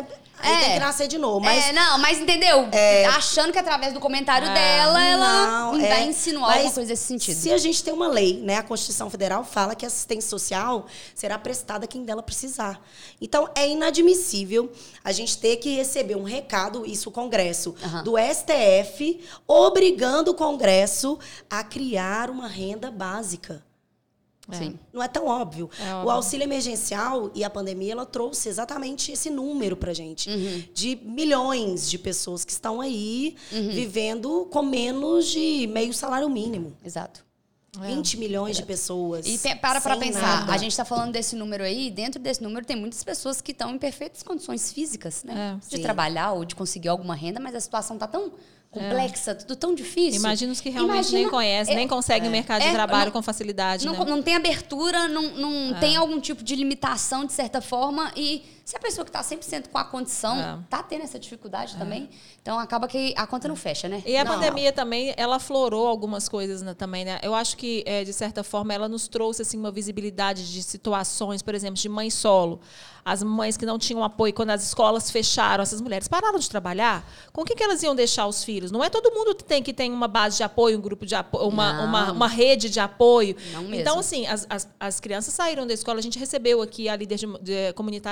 aí tem que nascer de novo. Mas entendeu? Achando que através do comentário dela, ela vai insinuar alguma coisa nesse sentido. Se a gente tem uma lei, né? A Constituição Federal fala que a assistência social será prestada a quem dela precisar. Então, é inadmissível a gente ter que receber um recado, isso o Congresso, do STF, obrigando o Congresso a criar uma renda básica. Não é tão óbvio. O auxílio emergencial e a pandemia, ela trouxe exatamente esse número pra gente. De milhões de pessoas que estão aí vivendo com menos de meio salário mínimo. Exato. 20 milhões de pessoas. E para pensar, a gente está falando desse número aí, dentro desse número tem muitas pessoas que estão em perfeitas condições físicas, né? De trabalhar ou de conseguir alguma renda, mas a situação está tão complexa, tudo tão difícil. Imagina os que realmente nem conhecem, nem conseguem o mercado de trabalho com facilidade. Não tem abertura, não tem algum tipo de limitação, de certa forma, e se a pessoa que está 100% com a condição está tendo essa dificuldade também, então acaba que a conta não fecha, né? E a pandemia também, ela aflorou algumas coisas também, né? Eu acho que, de certa forma, ela nos trouxe assim, uma visibilidade de situações, por exemplo, de mãe solo. As mães que não tinham apoio, quando as escolas fecharam, essas mulheres pararam de trabalhar, com o que elas iam deixar os filhos? Não é todo mundo que tem uma base de apoio, um grupo de apoio, uma rede de apoio. Não mesmo. Então, assim, as crianças saíram da escola, a gente recebeu aqui a líder comunitária da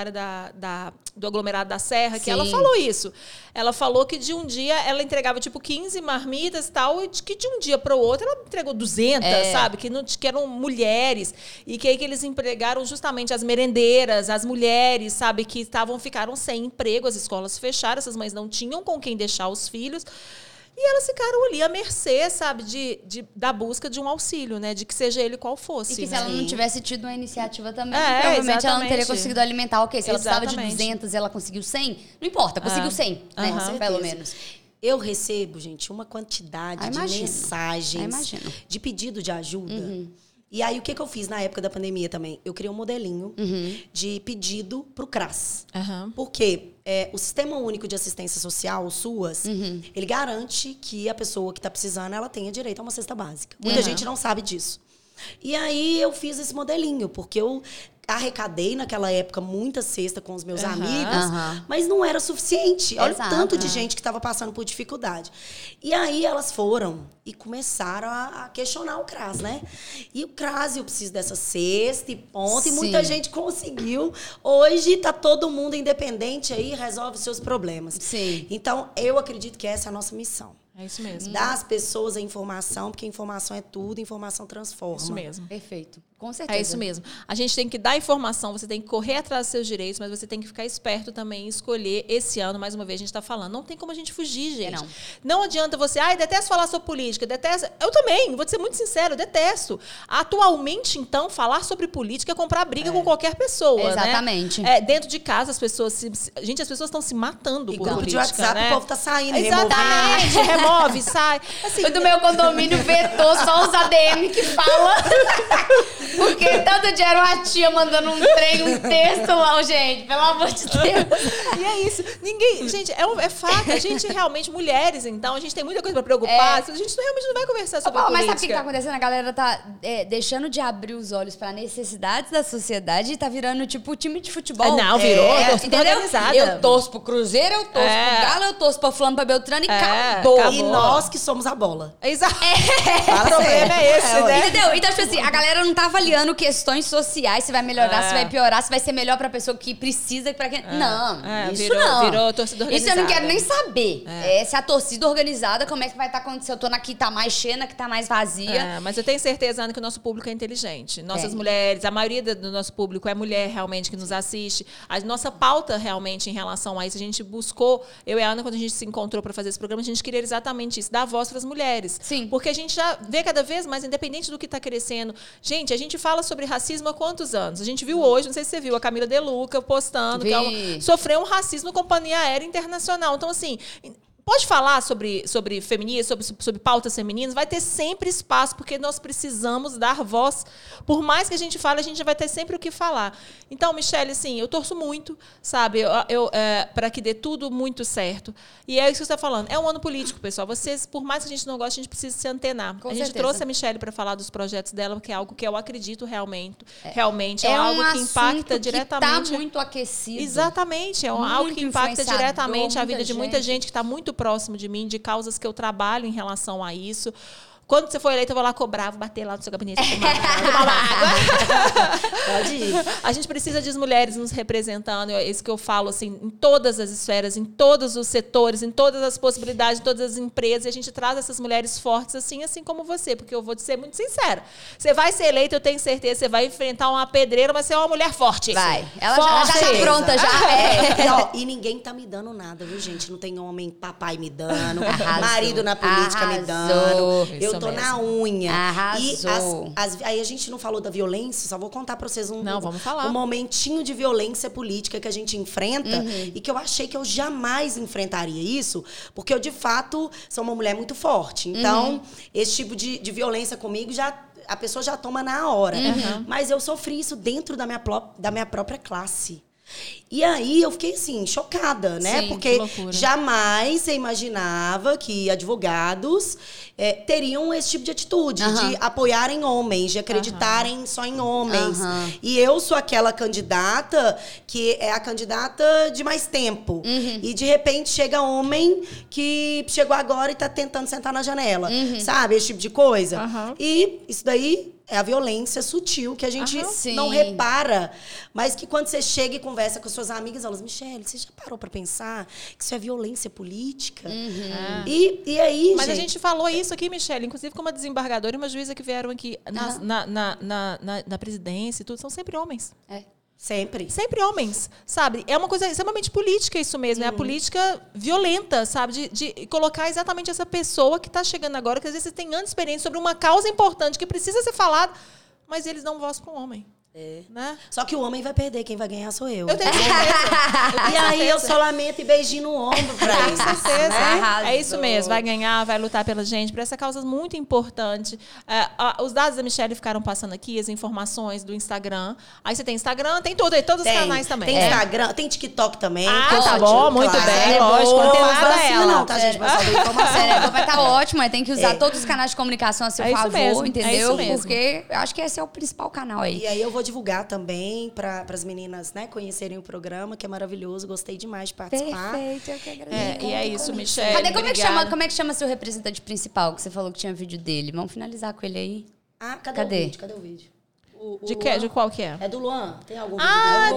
do aglomerado da Serra, que Sim. ela falou isso. Ela falou que de um dia ela entregava, 15 marmitas e tal, e que de um dia para o outro ela entregou 200, sabe? Que eram mulheres. E que aí que eles empregaram justamente as merendeiras, as mulheres, sabe? Que ficaram sem emprego, as escolas fecharam, essas mães não tinham com quem deixar os filhos. E elas ficaram ali à mercê, sabe, da busca de um auxílio, né? De que seja ele qual fosse. E que se né? ela não tivesse tido uma iniciativa também, provavelmente ela não teria conseguido alimentar. Ok, se ela precisava de 200 e ela conseguiu 100, não importa, conseguiu 100, né? Pelo menos. Eu recebo, gente, uma quantidade de mensagens, de pedido de ajuda. E aí, o que eu fiz na época da pandemia também? Eu criei um modelinho de pedido para o CRAS. Porque o Sistema Único de Assistência Social, o SUAS, ele garante que a pessoa que está precisando, ela tenha direito a uma cesta básica. Muita gente não sabe disso. E aí, eu fiz esse modelinho, porque eu arrecadei naquela época muita cesta com os meus amigos, mas não era suficiente. Olha o tanto de gente que estava passando por dificuldade. E aí elas foram e começaram a questionar o CRAS, né? E o CRAS, eu preciso dessa cesta e ponto. Sim. E muita gente conseguiu. Hoje tá todo mundo independente aí e resolve seus problemas. Sim. Então, eu acredito que essa é a nossa missão. É isso mesmo. Dar às pessoas a informação, porque informação é tudo, informação transforma. Isso mesmo. Perfeito. Com certeza. É isso mesmo. A gente tem que dar informação, você tem que correr atrás dos seus direitos, mas você tem que ficar esperto também e escolher esse ano, mais uma vez, a gente está falando. Não tem como a gente fugir, gente. Não adianta você, detesto falar sobre política, detesto. Eu também, vou te ser muito sincero, detesto. Atualmente, então, falar sobre política é comprar briga com qualquer pessoa. Exatamente. Né? Dentro de casa, as pessoas gente, as pessoas estão se matando por política. De WhatsApp, né? O povo tá saindo, exatamente, remove, sai. Assim, o do meu condomínio vetou só os ADM que fala. Porque todo dia era uma tia mandando um texto lá, gente. Pelo amor de Deus. E é isso. Gente, é fato. A gente realmente, mulheres, então, a gente tem muita coisa pra preocupar. A gente realmente não vai conversar sobre política. Mas sabe o que tá acontecendo? A galera tá deixando de abrir os olhos pra necessidades da sociedade e tá virando, tipo, time de futebol. Não, virou. Entendeu? Organizada. Eu torço pro Cruzeiro, eu torço pro Galo, eu torço pro Fulano, pra Beltrano e acabou. E nós que somos a bola. Exato. O problema é esse, né? Entendeu? Então, tipo assim, a galera não tá avaliando questões sociais, se vai melhorar, se vai piorar, se vai ser melhor pra pessoa que precisa e pra quem... Não, isso não. Virou torcida organizada. Isso eu não quero nem saber. Se a torcida organizada, como é que vai estar acontecendo? Eu tô na que tá mais cheia, na que tá mais vazia. Mas eu tenho certeza, Ana, que o nosso público é inteligente. Nossas mulheres, a maioria do nosso público é mulher realmente que nos assiste. A nossa pauta realmente em relação a isso, a gente buscou, eu e a Ana, quando a gente se encontrou para fazer esse programa, a gente queria exatamente isso, dar voz para as mulheres. Sim. Porque a gente já vê cada vez mais, independente do que está crescendo. Gente, a gente fala sobre racismo há quantos anos? A gente viu hoje, não sei se você viu, a Camila De Luca postando que ela sofreu um racismo na Companhia Aérea Internacional. Então, assim... Pode falar sobre feminismo, sobre pautas femininas, vai ter sempre espaço, porque nós precisamos dar voz. Por mais que a gente fale, a gente vai ter sempre o que falar. Então, Michele, assim, eu torço muito, sabe, para que dê tudo muito certo. E é isso que você está falando. É um ano político, pessoal. Vocês, por mais que a gente não goste, a gente precisa se antenar. Com a gente certeza. Trouxe a Michele para falar dos projetos dela, que é algo que eu acredito realmente é algo que impacta diretamente. Está muito aquecido. Exatamente. É algo que impacta diretamente a vida de muita gente que está muito próximo de mim, de causas que eu trabalho em relação a isso. Quando você for eleita, eu vou lá cobrar, vou bater lá no seu gabinete e tomar água. Pode ir. A gente precisa de mulheres nos representando, é isso que eu falo, assim, em todas as esferas, em todos os setores, em todas as possibilidades, em todas as empresas. E a gente traz essas mulheres fortes, assim como você, porque eu vou te ser muito sincera. Você vai ser eleita, eu tenho certeza, você vai enfrentar uma pedreira, mas você é uma mulher forte. Vai. Ela já tá pronta, já. E ninguém tá me dando nada, viu, gente? Não tem homem, papai me dando, marido na política me dando. Eu tô na unha. Arrasou. E aí a gente não falou da violência, só vou contar pra vocês vamos falar. Um momentinho de violência política que a gente enfrenta e que eu achei que eu jamais enfrentaria isso, porque eu, de fato, sou uma mulher muito forte. Então, esse tipo de violência comigo a pessoa já toma na hora. Mas eu sofri isso dentro da minha própria classe. E aí eu fiquei assim, chocada, né? Sim, porque que jamais você imaginava que advogados teriam esse tipo de atitude, de apoiarem homens, de acreditarem só em homens. E eu sou aquela candidata que é a candidata de mais tempo. E de repente chega homem que chegou agora e tá tentando sentar na janela. Sabe? Esse tipo de coisa. E isso daí É a violência sutil que a gente Sim. não repara, mas que quando você chega e conversa com suas amigas, elas, Michele, você já parou para pensar que isso é violência política? E aí, Mas a gente falou isso aqui, Michele, inclusive com uma desembargadora e uma juíza que vieram aqui na presidência e tudo, são sempre homens. Sempre. Sempre homens, sabe? É uma coisa extremamente política isso mesmo. É a política violenta, sabe? De colocar exatamente essa pessoa que está chegando agora, que às vezes tem anos de experiência sobre uma causa importante que precisa ser falada, mas eles dão voz para um homem. Né? Só que o homem vai perder, quem vai ganhar sou eu. Eu tenho certeza. E aí eu só lamento e beijinho no ombro pra Com eles. certeza. Arrasou. É isso mesmo. Vai ganhar, vai lutar pela gente, por essa causa muito importante. Os dados da Michele ficaram passando aqui, as informações do Instagram. Aí você tem Instagram, tem tudo aí, todos os canais também. Tem Instagram, tem TikTok também. Tá bom, muito bem, lógico. Não tem nada ela. Não, tá, gente? Mas só dei informação. Vai estar ótimo, tem que usar todos os canais de comunicação a seu isso favor, mesmo, entendeu? é isso mesmo. Porque eu acho que esse é o principal canal aí. E aí eu vou divulgar também para as meninas, né, conhecerem o programa, que é maravilhoso. Gostei demais de participar. Perfeito, eu que agradeço. E é isso, Michele. Cadê? Como é que chama seu representante principal? Que você falou que tinha vídeo dele. Vamos finalizar com ele aí? Cadê Cadê? o vídeo? Cadê o vídeo? De qual que é? É do Luan? Tem algum Do vídeo?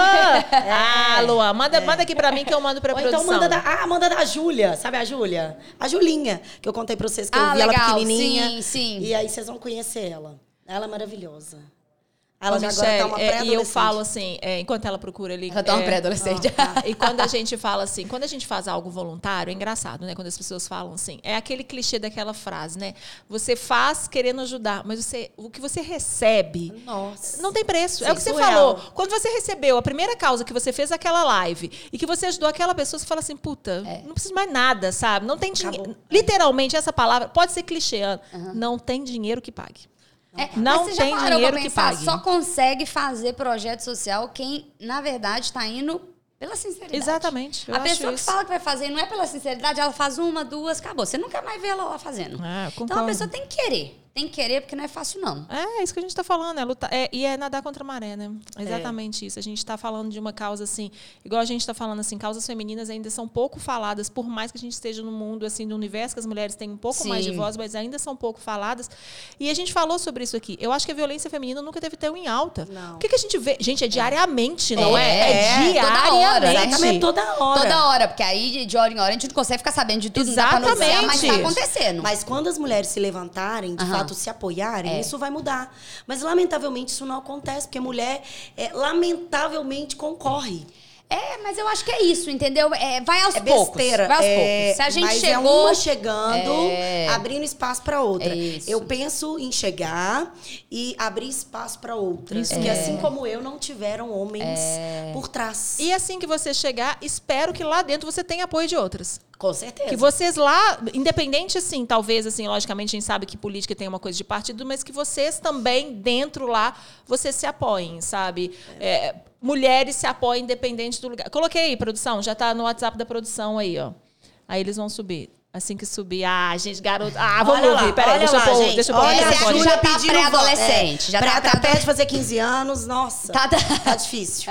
Luan! Luan, manda aqui pra mim que eu mando pra Ou produção. então manda da Júlia, sabe a Júlia? A Julinha, que eu contei pra vocês que eu vi legal. ela pequenininha. Sim. E aí vocês vão conhecer ela. Ela é maravilhosa. Ela já Michele, agora tá uma pré-adolescente. e eu falo assim, enquanto ela procura ali... Ela tá uma pré-adolescente. E quando a gente fala assim, quando a gente faz algo voluntário, é engraçado, né? Quando as pessoas falam assim, é aquele clichê daquela frase, né? Você faz querendo ajudar, mas o que você recebe... Nossa. Não tem preço. Sim, É o que você surreal. falou. Quando você recebeu a primeira causa que você fez aquela live e que você ajudou aquela pessoa, você fala assim, puta, não preciso mais nada, sabe? Não tem dinheiro. Literalmente, essa palavra pode ser clichê, não tem dinheiro que pague. Não mas você tem já parou dinheiro pra que pensar, pague. só consegue fazer projeto social quem, na verdade, está indo pela sinceridade. Exatamente. Eu A acho pessoa que isso. fala que vai fazer não é pela sinceridade, ela faz uma, duas, acabou. Você nunca mais vê ela lá fazendo. Eu Então a concordo. pessoa tem que querer. Tem que querer, porque não é fácil, não. É isso que a gente está falando, é lutar, e é nadar contra a maré, né? Exatamente isso. A gente está falando de uma causa assim, igual a gente está falando assim, causas femininas ainda são pouco faladas, por mais que a gente esteja no mundo assim, no universo que as mulheres têm um pouco mais de voz, mas ainda são pouco faladas. E a gente falou sobre isso aqui. Eu acho que a violência feminina nunca teve tão em alta. Não. O que a gente vê? Gente, é diariamente, não é? É, toda hora, né? Exatamente, toda hora. Toda hora, porque aí, de hora em hora, a gente não consegue ficar sabendo de tudo, não dá pra noticiar, mas tá Exatamente. acontecendo. Mas quando as mulheres se levantarem, de fato se apoiarem, isso vai mudar. Mas, lamentavelmente, isso não acontece, porque mulher, lamentavelmente, concorre. Mas eu acho que é isso, entendeu? Vai aos poucos. Besteira. Vai aos poucos. Se a gente mas chegou... uma chegando, abrindo espaço para outra. É isso. Eu penso em chegar e abrir espaço para outras. Que, assim como eu, não tiveram homens por trás. E assim que você chegar, espero que lá dentro você tenha apoio de outras. Com certeza. Que vocês lá, independente, assim, talvez, assim, logicamente, a gente sabe que política tem uma coisa de partido, mas que vocês também, dentro lá, vocês se apoiem, sabe? Mulheres se apoiem independente do lugar. Coloquei aí, produção, já tá no WhatsApp da produção aí, ó. Aí eles vão subir. Assim que subir, gente, garoto. Vamos Olha ouvir, lá, peraí, olha deixa eu lá, pôr gente. o Olha, Esse telefone. já tá pedindo pré-adolescente. Já tá perto de fazer 15 anos, nossa. Tá difícil.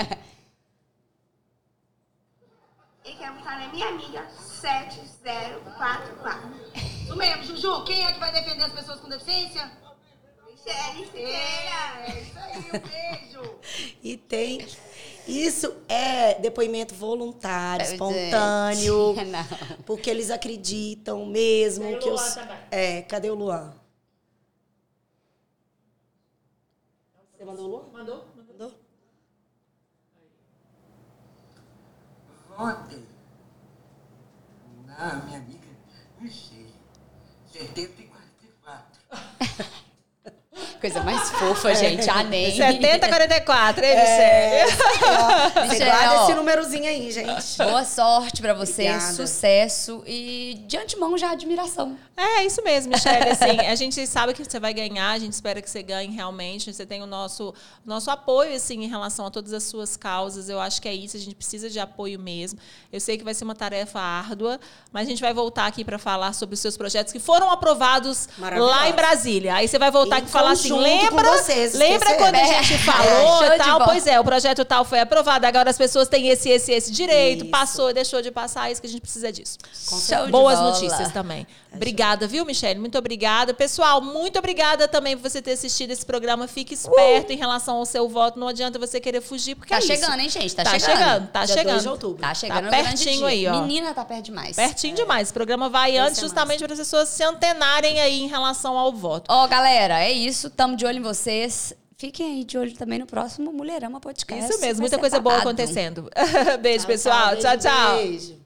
E quer botar na minha amiga 7044. Isso mesmo, Juju. Quem é que vai defender as pessoas com deficiência? Michele Feira. É isso aí, um beijo. E tem... Isso é depoimento voluntário, Gente, espontâneo. não. Porque eles acreditam mesmo Tem o que eu... Luan também. Cadê o Luan? Você mandou o Luan? Mandou? Mandou? Votem na minha amiga Michele, 7044. Coisa mais fofa, gente. A NEM. 7044, hein, Michele? Você Michele, guarda ó. esse númerozinho aí, gente. Boa sorte pra você, Obrigada. sucesso e de antemão já admiração. É isso mesmo, Michele. Assim, a gente sabe que você vai ganhar, a gente espera que você ganhe realmente. Você tem o nosso apoio assim, em relação a todas as suas causas. Eu acho que é isso, a gente precisa de apoio mesmo. Eu sei que vai ser uma tarefa árdua, mas a gente vai voltar aqui para falar sobre os seus projetos que foram aprovados lá em Brasília. Aí você vai voltar aqui e falar assim, junto com vocês. Lembra quando a gente falou show de tal? bola. Pois é, o projeto tal foi aprovado. Agora as pessoas têm esse direito. Isso. Passou e deixou de passar. É isso que a gente precisa disso. Show de Boas bola. notícias também. Obrigada, viu, Michele? Muito obrigada. Pessoal, muito obrigada também por você ter assistido esse programa. Fique esperto em relação ao seu voto. Não adianta você querer fugir, porque Tá é isso. chegando, hein, gente? Tá Tá chegando. chegando, tá Dia 2 de chegando. outubro. Tá chegando Tá o grande pertinho dia. aí, ó. Menina, tá perto demais. Pertinho demais. Esse programa vai antes justamente para as pessoas se antenarem aí em relação ao voto. Ó, galera, é isso. Tamo de olho em vocês. Fiquem aí de olho também no próximo Mulherama Podcast. Isso mesmo, Vai muita ser coisa boa babado. acontecendo. Beijo, pessoal. Tchau, tchau. Beijo.